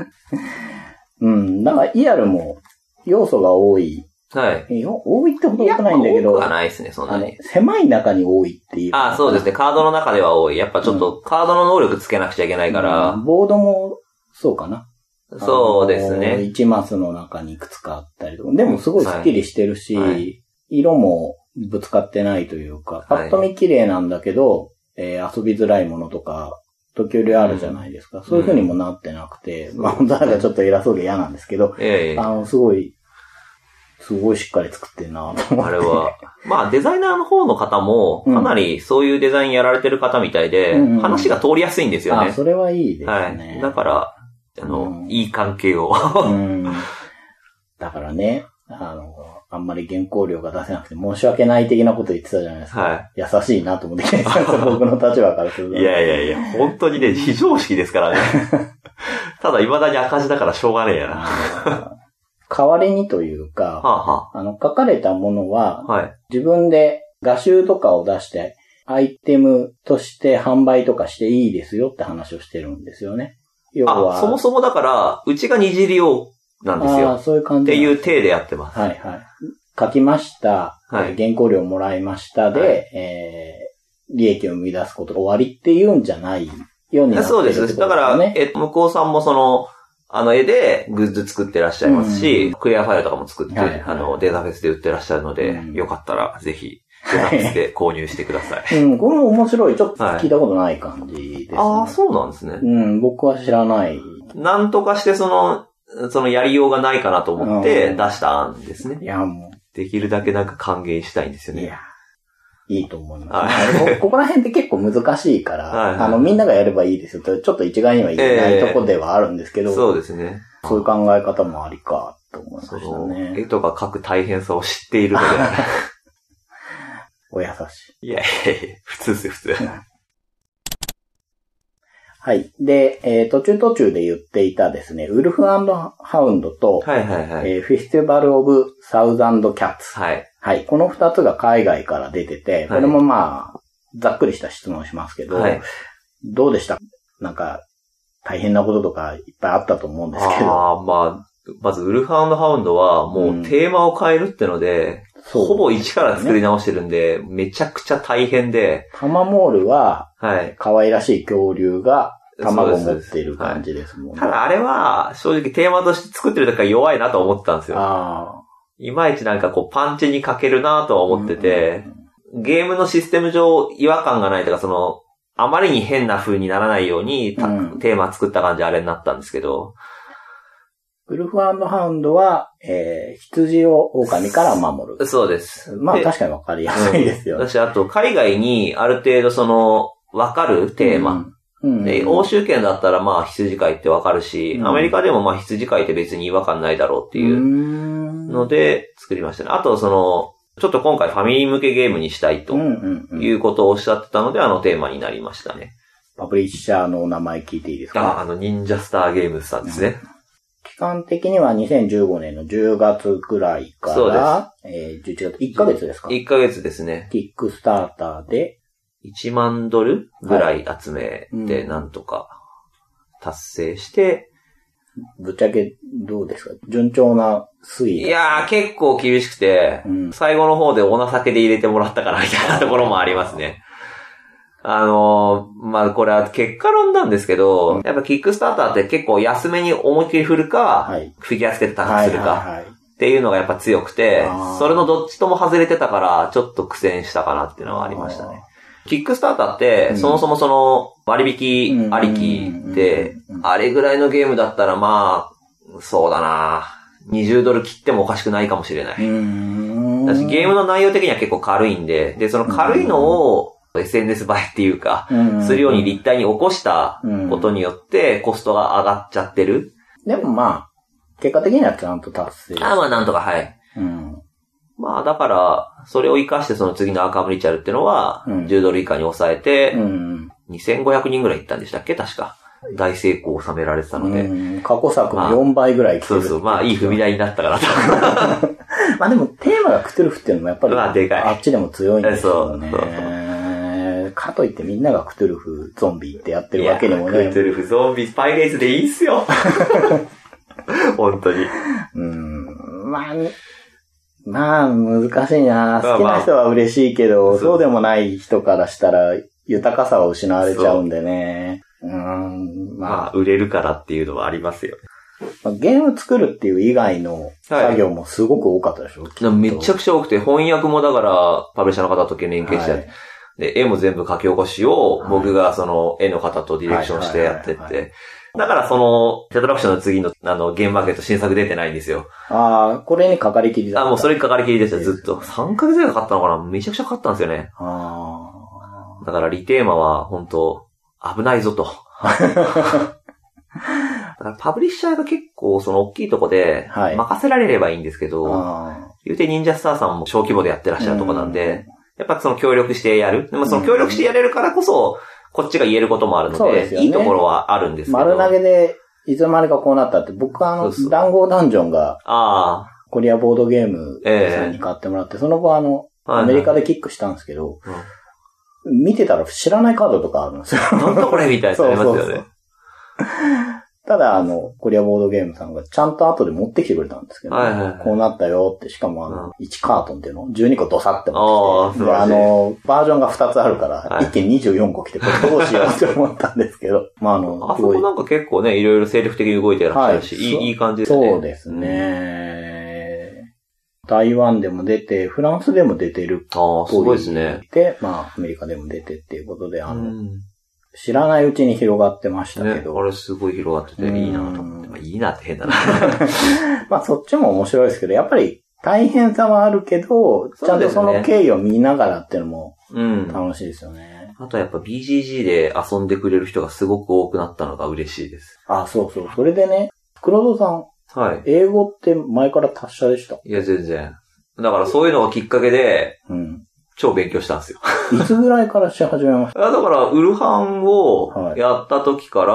だから、イアルも要素が多い。多いってほど多くないんだけど。 多くはないですね、そんなに。 狭い中に多いっていう。 そうですね。カードの中では多い。やっぱちょっとカードの能力つけなくちゃいけないから。 ボードもそうかな。 そうですね。 1マスの中にいくつかあったりとか。でもすごいスッキリしてるし、色もぶつかってないというか、パッと見綺麗なんだけど、遊びづらいものとか、時折あるじゃないですか。そういう風にもなってなくて、本当はちょっと偉そうで嫌なんですけど、すごいしっかり作ってるなと思って。 あれは、デザイナーの方の方も、かなりそういうデザインやられてる方みたいで、話が通りやすいんですよね。 それはいいですね。 だから、いい関係を。 だからね、あんまり原稿料が出せなくて申し訳ない的なこと言ってたじゃないですか。優しいなと思って、僕の立場からすると。 いや、本当にね、非常識ですからね。ただ未だに赤字だからしょうがねえやな。 代わりにというか、 はあは書かれたものは、 はい。 自分で画集とかを出して、アイテムとして販売とかしていいですよって話をしてるんですよね。要は。 そもそもだから、うちが二次利用なんですよ。 そういう感じ。 っていう体でやってます。 はいはい。書きました。 はい。 原稿料もらいましたで、はい、利益を生み出すことが終わりっていうんじゃないようになってるってことですね。そうです。 だから、向こうさんも絵でグッズ作ってらっしゃいますし、クリアファイルとかも作って、はいはい、データベースで売ってらっしゃるので、よかったらぜひ、データベースで購入してください。 これも面白い。ちょっと聞いたことない感じですね。 そうなんですね。 僕は知らない。 なんとかしてそのやりようがないかなと思って出したんですね。 いや、もう。 できるだけなんか還元したいんですよね。 いや、いいと思います。ここら辺って結構難しいから、はいはい、みんながやればいいですよと、ちょっと一概には言えないとこではあるんですけど、 そうですね。 そういう考え方もありかと思いましたね。 絵とか描く大変さを知っているので。 お優しい。 いやいやいや、普通ですよ、普通。 はい。で、途中で言っていたですね、ウルフ&ハウンドと、 はいはいはい。 フェスティバル・オブ・サウザンド・キャッツ。 はい。 はい。この二つが海外から出てて、これもまあ、ざっくりした質問しますけど、はい、どうでした？なんか、大変なこととかいっぱいあったと思うんですけど。 まずウルフ&ハウンドはもうテーマを変えるってので、ほぼ一から作り直してるんで、めちゃくちゃ大変で。 タマモールは、可愛らしい恐竜が卵を持っている感じですもんね。 ただあれは、正直テーマとして作ってる時から弱いなと思ってたんですよ。いまいちなんかこうパンチに欠けるなとは思ってて、ゲームのシステム上違和感がないとか、あまりに変な風にならないように、テーマ作った感じあれになったんですけど、 ウルフ&ハウンドは、羊を狼から守る。 そうです。 まあ確かにわかりやすいですよね。 私、あと海外にある程度わかるテーマ。で、欧州圏だったらまあ羊飼いってわかるし、アメリカでもまあ羊飼いって別に違和感ないだろうっていうので作りましたね。あとちょっと今回ファミリー向けゲームにしたいということをおっしゃってたので、テーマになりましたね。 パブリッシャーのお名前聞いていいですか？ 忍者スターゲームズさんですね。 期間的には2015年の10月くらいから、11月、1ヶ月ですか？ 1 ヶ月ですね。 キックスターターで、 $1万ぐらい集めて、なんとか達成して、 ぶっちゃけどうですか？順調な推移。 いやー、結構厳しくて、最後の方でお情けで入れてもらったからみたいなところもありますね。まあ、これは結果論なんですけど、やっぱキックスターターって結構安めに思いっきり振るか、フィギュアつけて高くするか、っていうのがやっぱ強くて、それのどっちとも外れてたから、ちょっと苦戦したかなっていうのはありましたね。キックスターターって、そもそも割引ありきで、あれぐらいのゲームだったらまあ、そうだな$20切ってもおかしくないかもしれない。だしゲームの内容的には結構軽いんで、で、その軽いのを、SNS 映えっていうか、するように立体に起こしたことによってコストが上がっちゃってる。 でもまあ、結果的にはちゃんと達成。 まあなんとか、はい。まあだから、それを活かしてその次のアーカムリチャルっていうのは、$10以下に抑えて、2500人ぐらい行ったんでしたっけ確か。大成功を収められてたので。 過去作の4倍ぐらい来てる。 そう、まあいい踏み台になったかなと。 まあでもテーマがクトゥルフっていうのもやっぱり、 まあでかい。 あっちでも強いんですよね。かといってみんながクトゥルフゾンビってやってるわけでもね。 クトゥルフゾンビスパイレースでいいっすよ。本当に。 まあ難しいな。好きな人は嬉しいけど、そうでもない人からしたら豊かさは失われちゃうんでね。 まあ売れるからっていうのはありますよね。 ゲーム作るっていう以外の作業もすごく多かったでしょ？ めちゃくちゃ多くて、翻訳もだからパブリッシャーの方と連携してやって、で、絵も全部書き起こしを、僕が絵の方とディレクションしてやってって。だからテトラクションの次のゲームマーケット新作出てないんですよ。 これにかかりきりだった。 もうそれにかかりきりでした、ずっと。3ヶ月ぐらいかかったのかな？めちゃくちゃかかったんですよね。だからリテーマは本当危ないぞと。だからパブリッシャーが結構大きいとこで任せられればいいんですけど、言うて忍者スターさんも小規模でやってらっしゃるとこなんで、やっぱ協力してやる。でも協力してやれるからこそ、こっちが言えることもあるので、いいところはあるんですけど。 丸投げでいつの間にかこうなったって、僕はそうそう、 談合ダンジョンが、コリアボードゲームさんに買ってもらって、その後アメリカでキックしたんですけど、見てたら知らないカードとかあるんですよ。 なんだこれみたいなのありますよね。 そうただコリアボードゲームさんがちゃんと後で持ってきてくれたんですけど、こうなったよって、しかも1カートンっていうのを12個ドサって持ってきて、で、バージョンが2つあるから、一気に24個来て、これどうしようって思ったんですけど、 あそこなんか結構ね、いろいろ精力的に動いてらっしゃるし、いい感じですね。 そうですね。台湾でも出て、フランスでも出てるっぽい。 すごいですね。 で、アメリカでも出てっていうことで、知らないうちに広がってましたけど。 あれすごい広がってていいなと思って。いいなって変だな。そっちも面白いですけど、やっぱり大変さはあるけど、ちゃんとその経緯を見ながらっていうのも楽しいですよね。 あとはやっぱ BGG で遊んでくれる人がすごく多くなったのが嬉しいです。 そうそう。それでね、黒戸さん。はい。英語って前から達者でした？ いや、全然。だからそういうのがきっかけで、超勉強したんですよ。 いつぐらいからし始めました？ だから、ウルハンをやった時から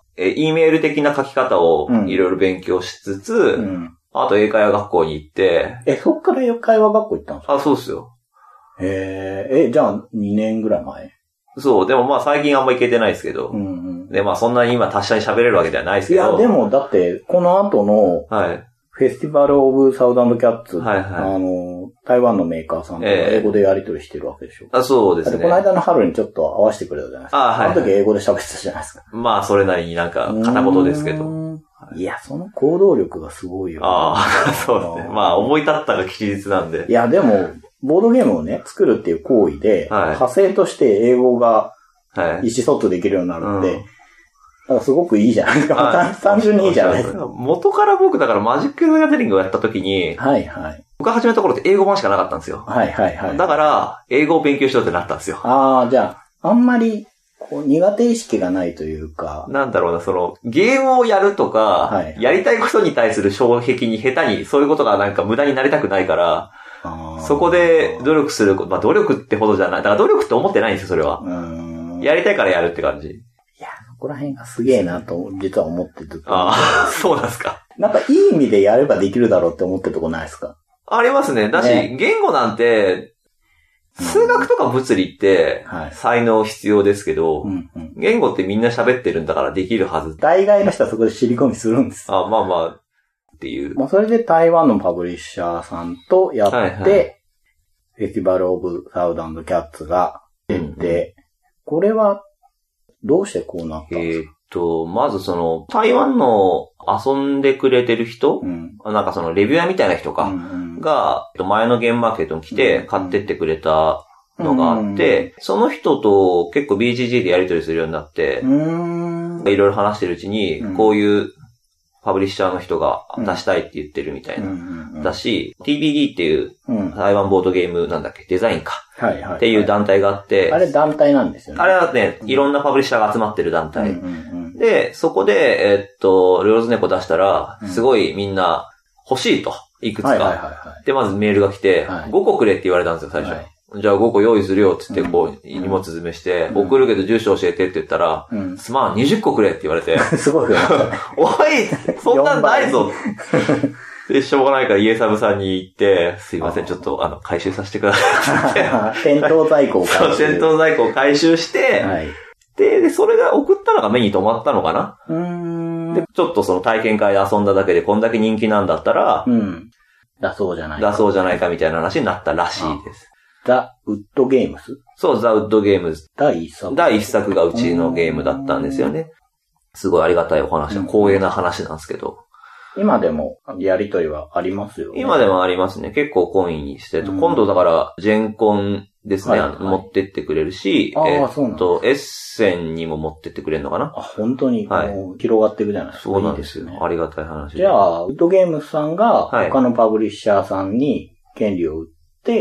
、E メール的な書き方をいろいろ勉強しつつ、あと英会話学校に行って。 そっから英会話学校行ったんですか？ そうですよ。 じゃあ2年ぐらい前？ そう、でも最近あんま行けてないですけど。で、そんなに今達者に喋れるわけではないですけど。 いや、でもだって、この後の、フェスティバルオブサウザンドキャッツ、台湾のメーカーさんと英語でやり取りしてるわけでしょ。 そうですね。 この間の春にちょっと合わせてくれたじゃないですか。あの時英語で喋ってたじゃないですか。 それなりになんか片言ですけど。 いや、その行動力がすごいよ、 ね。そうですね。思い立ったが吉日なんで。 いや、でも、ボードゲームをね、作るっていう行為で、派生として英語が意思疎通できるようになるんで、すごくいいじゃないですか。単純にいいじゃないですか。 元から僕、だからマジック・ザ・ギャザリングをやった時に、僕が始めた頃って英語版しかなかったんですよ。だから、英語を勉強しようってなったんですよ。 じゃあ、あんまり、苦手意識がないというか。 なんだろうな、ゲームをやるとか、やりたいことに対する障壁に下手に、そういうことがなんか無駄になりたくないから、そこで努力する、努力ってほどじゃない。だから努力って思ってないんですよ、それは。やりたいからやるって感じ。 いや、そこら辺がすげえなと、実は思ってずっと。 そうなんですか。 なんかいい意味でやればできるだろうって思ってるとこないですか？ ありますね。だし、言語なんて、数学とか物理って、才能必要ですけど、言語ってみんな喋ってるんだからできるはず。 大概の人はそこで尻込みするんです。 っていう。 それで台湾のパブリッシャーさんとやって、フェスティバルオブサウザンドキャッツが出て、これは、どうしてこうなったんですか？ まず台湾の遊んでくれてる人、なんかレビュアーみたいな人か、が、前のゲームマーケットに来て買ってってくれたのがあって、その人と結構 BGG でやり取りするようになって、いろいろ話してるうちに、こういうパブリッシャーの人が出したいって言ってるみたいな。だし、TBD っていう台湾ボードゲームなんだっけ、デザインか。っていう団体があって。 あれ団体なんですよね。 あれはね、いろんなパブリッシャーが集まってる団体。で、そこで、ローズネコ出したら、すごいみんな欲しいと。いくつか。で、まずメールが来て、5個くれって言われたんですよ、最初。じゃあ5個用意するよって言って、荷物詰めして、送るけど住所教えてって言ったら、すまん、20個くれって言われて。 すごいよ。 おいそんなんないぞで、しょうがないから家サブさんに行って、すいません、ちょっと、回収させてください。 店頭在庫を回収。そう、店頭在庫を回収して、で、それが送ったのが目に留まったのかな。で、ちょっと体験会で遊んだだけでこんだけ人気なんだったら、 出そうじゃないか。 出そうじゃないかみたいな話になったらしいです。 ザ・ウッドゲームズ？ そう、ザ・ウッドゲームズ。 第一作がうちのゲームだったんですよね。すごいありがたいお話、光栄な話なんですけど。 今でもやりとりはありますよね。 今でもありますね。結構懇意にしてる。今度だから、ジェンコンですね、持ってってくれるし、エッセンにも持ってってくれるのかな。 本当に、広がっていくじゃないですか。 そうなんですよね。ありがたい話。 じゃあ、ウッドゲームズさんが他のパブリッシャーさんに権利を売って、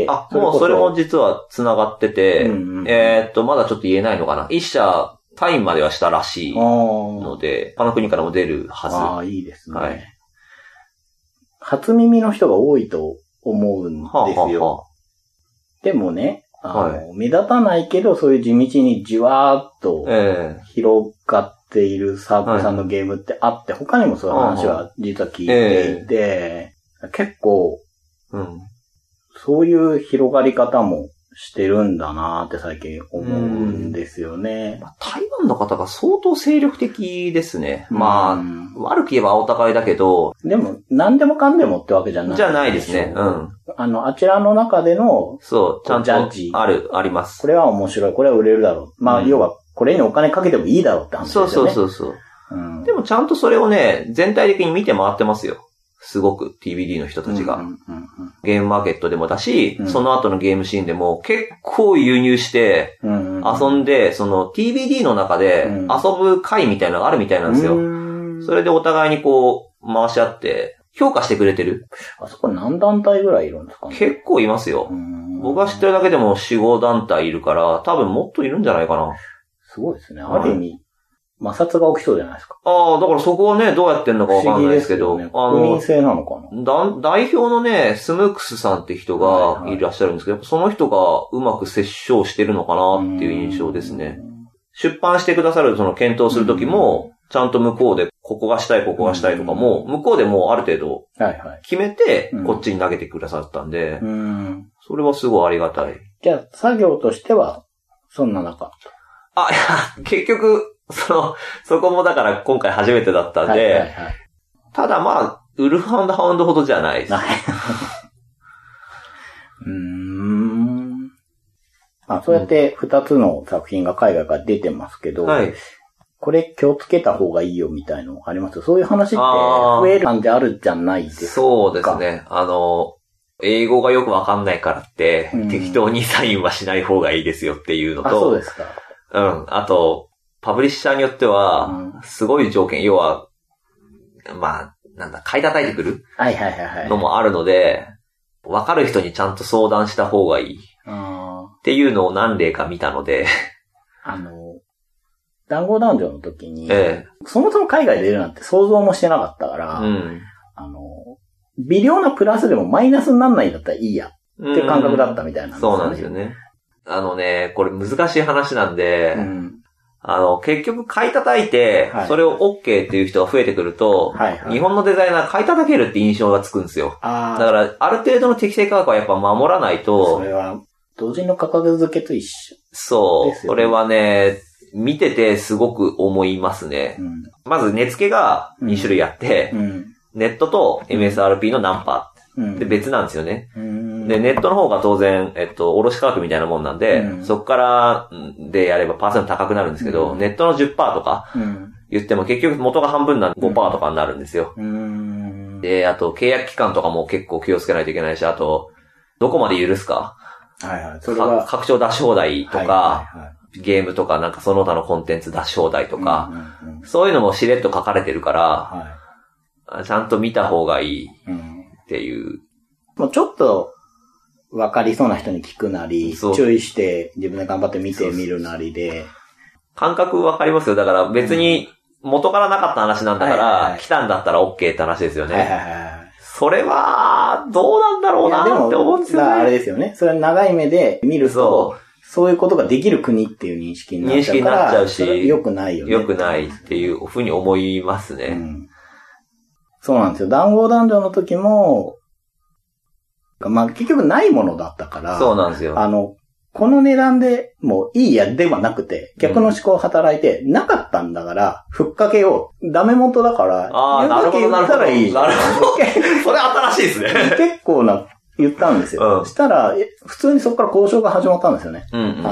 もうそれも実は繋がってて、まだちょっと言えないのかな。一社、タインまではしたらしいので、他の国からも出るはず。 いいですね。初耳の人が多いと思うんですよ。でもね、目立たないけど、そういう地道にじわーっと広がっっているサークルさんのゲームってあって、他にもそういう話は実は聞いていて、結構、そういう広がり方もしてるんだなーって最近思うんですよね。 台湾の方が相当精力的ですね。悪く言えばお互いだけど。 でも、何でもかんでもってわけじゃない。 じゃないですね。 あちらの中での、 そう、ちゃんとジャッジ。あります。 これは面白い、これは売れるだろう。要は、これにお金かけてもいいだろうって話ですよね。 そう。でもちゃんとそれをね、全体的に見て回ってますよ。すごく TBD の人たちが。ゲームマーケットでもだし、その後のゲームシーンでも結構輸入して、遊んで、その TBD の中で遊ぶ会みたいなのがあるみたいなんですよ。それでお互いにこう、回し合って、評価してくれてる。 あそこ何団体ぐらいいるんですかね？ 結構いますよ。僕が知ってるだけでも4、5団体いるから、多分もっといるんじゃないかな。 すごいですね。ある意味、摩擦が起きそうじゃないですか。 だからそこはね、どうやってんのかわかんないですけど。 国民性なのかな代表のね、スムークスさんって人がいらっしゃるんですけど、やっぱその人がうまく折衝してるのかなっていう印象ですね。出版してくださる、その検討するときも、ちゃんと向こうで、ここがしたいとかも、向こうでもうある程度、決めて、こっちに投げてくださったんで、それはすごいありがたい。 じゃあ、作業としては、そんな中。 いや、結局、そこもだから今回初めてだったんで、ただウルフ&ハウンドほどじゃないです。 そうやって2つの作品が海外から出てますけど、これ気をつけた方がいいよみたいのありますよ。そういう話って増える感じあるじゃないですか。 そうですね。英語がよくわかんないからって、適当にサインはしない方がいいですよっていうのと、 そうですか。 あと、パブリッシャーによっては、すごい条件、要は、買い叩いてくるのもあるので、わかる人にちゃんと相談した方がいい。っていうのを何例か見たので。 談合ダンジョンの時に、そもそも海外で出るなんて想像もしてなかったから、微量なプラスでもマイナスにならないんだったらいいやっていう感覚だったみたいなんですよね。 そうなんですよね。これ難しい話なんで、結局買い叩いて、それを OK っていう人が増えてくると、日本のデザイナー買い叩けるって印象がつくんですよ。だから、ある程度の適正価格はやっぱ守らないと。 それは、同人の価格付けと一緒。 そう。これはね、見ててすごく思いますね。まず値付けが2種類あって、ネットと MSRP のナンパで別なんですよね。で、ネットの方が当然、卸価格みたいなもんなんで、そこからでやればパーセント高くなるんですけど、ネットの 10% とか言っても結局元が半分なんで 5% とかになるんですよ。で、あと契約期間とかも結構気をつけないといけないし、あと、どこまで許すか。それは拡張出し放題とか、ゲームとかなんかその他のコンテンツ出し放題とか、そういうのもしれっと書かれてるから、ちゃんと見た方がいいっていう。 もうちょっと分かりそうな人に聞くなり、注意して自分で頑張って見てみるなりで。 感覚分かりますよ。だから別に元からなかった話なんだから、来たんだったら OK って話ですよね。それは、どうなんだろうなって思うんですよね。 あれですよね。それは長い目で見ると、そういうことができる国っていう認識になっちゃうから。認識になっちゃうし。良くないよね。 良くないっていうふうに思いますね。 そうなんですよ。談合ダンジョンの時も、結局ないものだったから。 そうなんですよ。 この値段でもういいやではなくて、逆の思考を働いて、なかったんだから、ふっかけよう。ダメ元だから、 なるほど、 言ったらいいじゃん。 それ新しいですね。 結構言ったんですよ。したら、普通にそこから交渉が始まったんですよね。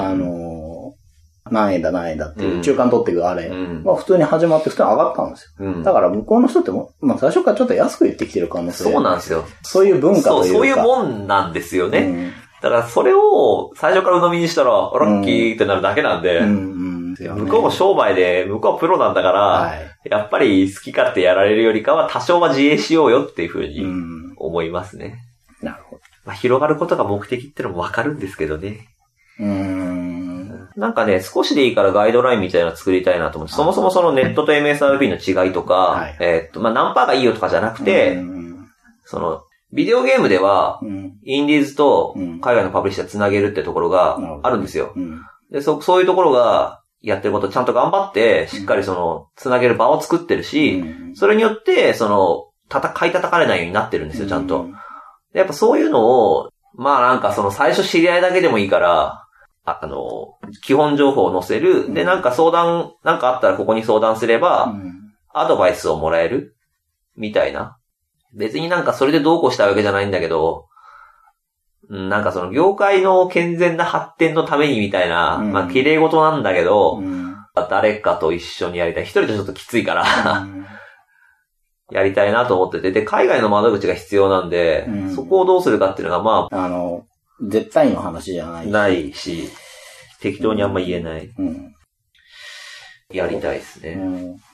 何円だっていう、中間取っていくあれ。普通に始まって普通に上がったんですよ。だから向こうの人っても、最初からちょっと安く言ってきてる可能性。 そうなんですよ。 そういう文化というか。 そういうもんなんですよね。だからそれを最初から鵜呑みにしたら、ラッキーってなるだけなんで、向こうも商売で、向こうはプロなんだから、やっぱり好き勝手やられるよりかは多少は自衛しようよっていうふうに思いますね。 なるほど。 広がることが目的ってのもわかるんですけどね。なんかね、少しでいいからガイドラインみたいなの作りたいなと思って、そもそもそのネットと MSRP の違いとか、何パーがいいよとかじゃなくて、ビデオゲームでは、インディーズと海外のパブリッシャーつなげるってところがあるんですよ。で、そういうところが、 やってることちゃんと頑張って、しっかりつなげる場を作ってるし、それによって、買い叩かれないようになってるんですよ、ちゃんと。やっぱそういうのを、まあなんか最初知り合いだけでもいいから、基本情報を載せる。で、なんかなんかあったらここに相談すれば、アドバイスをもらえるみたいな。別になんかそれでどうこうしたわけじゃないんだけど、なんか業界の健全な発展のためにみたいな、まあ綺麗事なんだけど、誰かと一緒にやりたい。一人とちょっときついから、やりたいなと思ってて、で、海外の窓口が必要なんで、そこをどうするかっていうのがまあ、 絶対の話じゃない。 ないし、適当にあんま言えない。やりたいですね。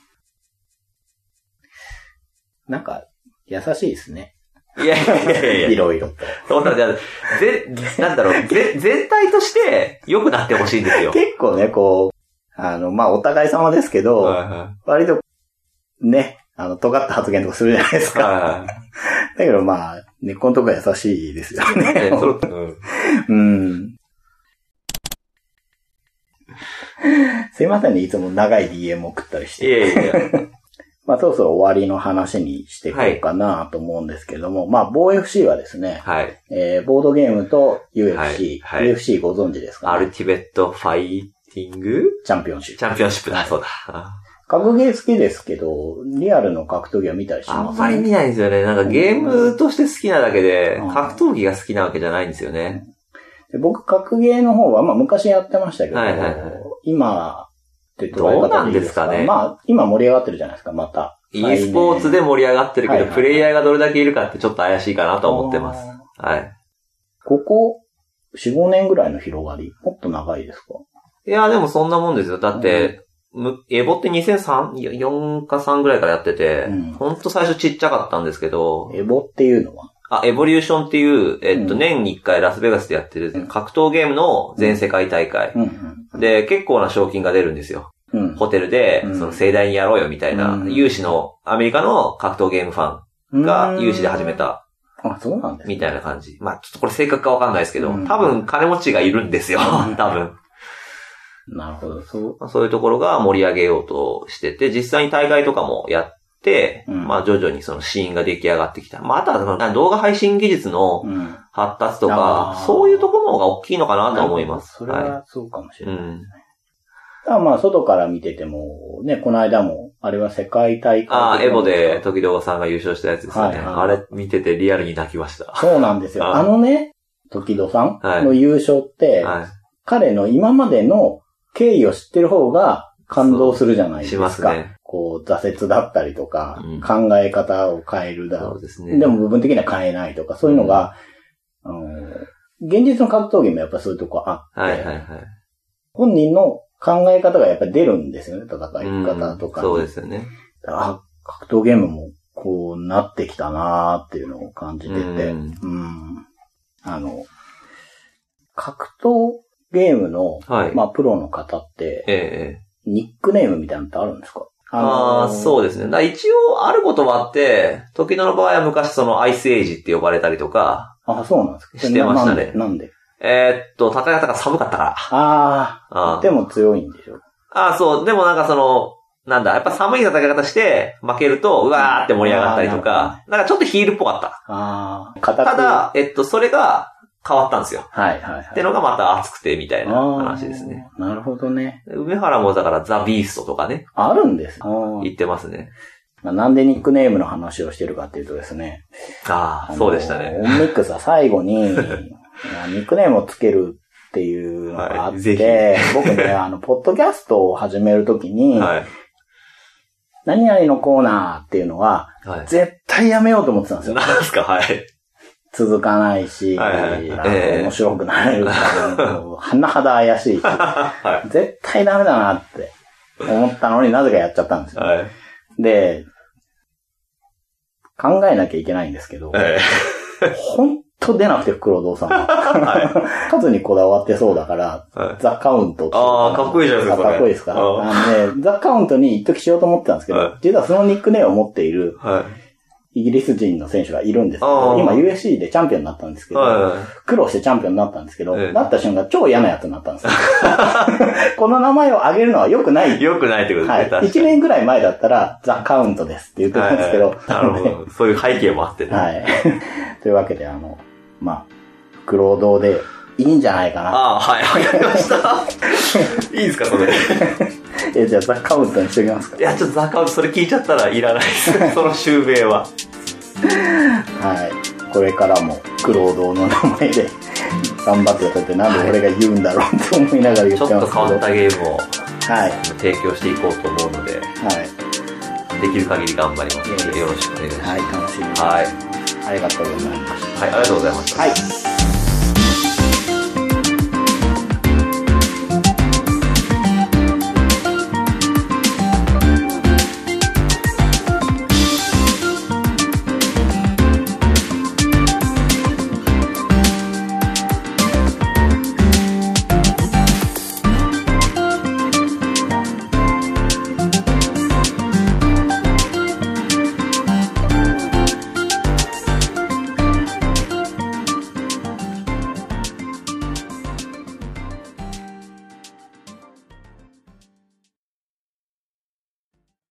なんか、優しいですね。 いやいやいやいや。 いろいろと。 そうなんだよ。なんだろう、全体として良くなってほしいんですよ。 結構ね、まあ、お互い様ですけど、割と、ね、尖った発言とかするじゃないですか。だけどまあ、根っこのところ優しいですよね。すいませんね、いつも長い DM 送ったりして。 いやいやまあ、そろそろ終わりの話にしていこうかなと思うんですけども、まあ、某 FC はですね、ボードゲームと UFC、UFC ご存知ですかね。 アルティメットファイティングチャンピオンシップだ、そうだ。 格ゲー好きですけど、リアルの格闘技は見たりします？ あんまり見ないんですよね。なんかゲームとして好きなだけで、格闘技が好きなわけじゃないんですよね。 で僕、格ゲーの方は、まあ昔やってましたけど、今ってどうなんですかね。 まあ、今盛り上がってるじゃないですか、また。 e スポーツで盛り上がってるけど、プレイヤーがどれだけいるかってちょっと怪しいかなと思ってます。はい。ここ、4、5年ぐらいの広がり、もっと長いですか？ いや、でもそんなもんですよ。だって、エボって2003、4か3ぐらいからやってて、ほんと最初ちっちゃかったんですけど。 エボっていうのは？ エボリューションっていう、年に1回ラスベガスでやってる格闘ゲームの全世界大会。で、結構な賞金が出るんですよ。ホテルで、盛大にやろうよみたいな、有志の、アメリカの格闘ゲームファンが有志で始めた。 あ、そうなんですね。 みたいな感じ。まあ、ちょっとこれ正確かわかんないですけど、多分金持ちがいるんですよ。多分。 なるほど。 そういうところが盛り上げようとしてて、実際に大会とかもやって、まあ徐々にそのシーンが出来上がってきた。まああとは動画配信技術の発達とか、そういうところの方が大きいのかなと思います。 それはそうかもしれないですね。まあ外から見てても、ね、この間も、あれは世界大会。 エボで時動さんが優勝したやつですよね。あれ見ててリアルに泣きました。 そうなんですよ。時動さんの優勝って、彼の今までの経緯を知ってる方が感動するじゃないですか。しますね。挫折だったりとか、考え方を変えるだ。そうですね。でも部分的には変えないとか、そういうのが、現実の格闘技もやっぱそういうとこあって、本人の考え方がやっぱり出るんですよね、戦い方とか。 そうですよね。 格闘ゲームもこうなってきたなーっていうのを感じてて、格闘ゲームの、まあ、プロの方って、ニックネームみたいなのってあるんですか？ そうですね。一応あることはあって、時の場合は昔アイスエイジって呼ばれたりとか。 そうなんですか？ してましたね。 なんで戦い方が寒かったから。 でも強いんでしょ？ そう。でもなんかやっぱ寒い戦い方して、負けると、うわーって盛り上がったりとか、なんかちょっとヒールっぽかった。ただ、それが変わったんですよ。ってのがまた熱くて、みたいな話ですね。 なるほどね。 梅原もだからザ・ビーストとかね。 あるんです。 言ってますね。 なんでニックネームの話をしてるかっていうとですね。 そうでしたね。 オンミックスは最後に、ニックネームをつけるっていうのがあって、僕ね、ポッドキャストを始めるときに、何々のコーナーっていうのは、絶対やめようと思ってたんですよ。 なんですか？ 続かないし、面白くなれるから、甚だ怪しいし、絶対ダメだなって思ったのになぜかやっちゃったんですよ。で、考えなきゃいけないんですけど、ほんと出なくて、黒堂さんは。数にこだわってそうだから、ザ・カウントって。 かっこいいじゃないですか。 かっこいいですか？ザ・カウントに一時しようと思ってたんですけど、実はそのニックネームを持っている、 イギリス人の選手がいるんですけあど、 ー今 USC でチャンピオンになったんですけど、 はいはい。 苦労してチャンピオンになったんですけど、 ええなった瞬間超嫌なやつになったんですよ。この名前を挙げるのは良くない。 良くないってことですね、 はい。 確かに。 1年ぐらい前だったら、ザ・カウントですって言ってたんですけど、 なるほど。そういう背景もあってね。 はい。というわけで、まあ、フクロウ堂でいいんじゃないかな。 ああ、はい、わかりました。いいですか、それ。 じゃあザ・カウントにしておきますか。 いや、ちょっとザカウントそれ聞いちゃったらいらないです。その襲名は。 はい。これからも、フクロウ堂の名前で頑張ってくれて、なんで俺が言うんだろうって思いながら言ちょってとっますけど。 変わったゲームをはい。 提供していこうと思うので、 はい。 できる限り頑張りますので、よろしくお願いします。 はい、楽しみに。 はい。 ありがとうございました。 はい、ありがとうございました。 はい。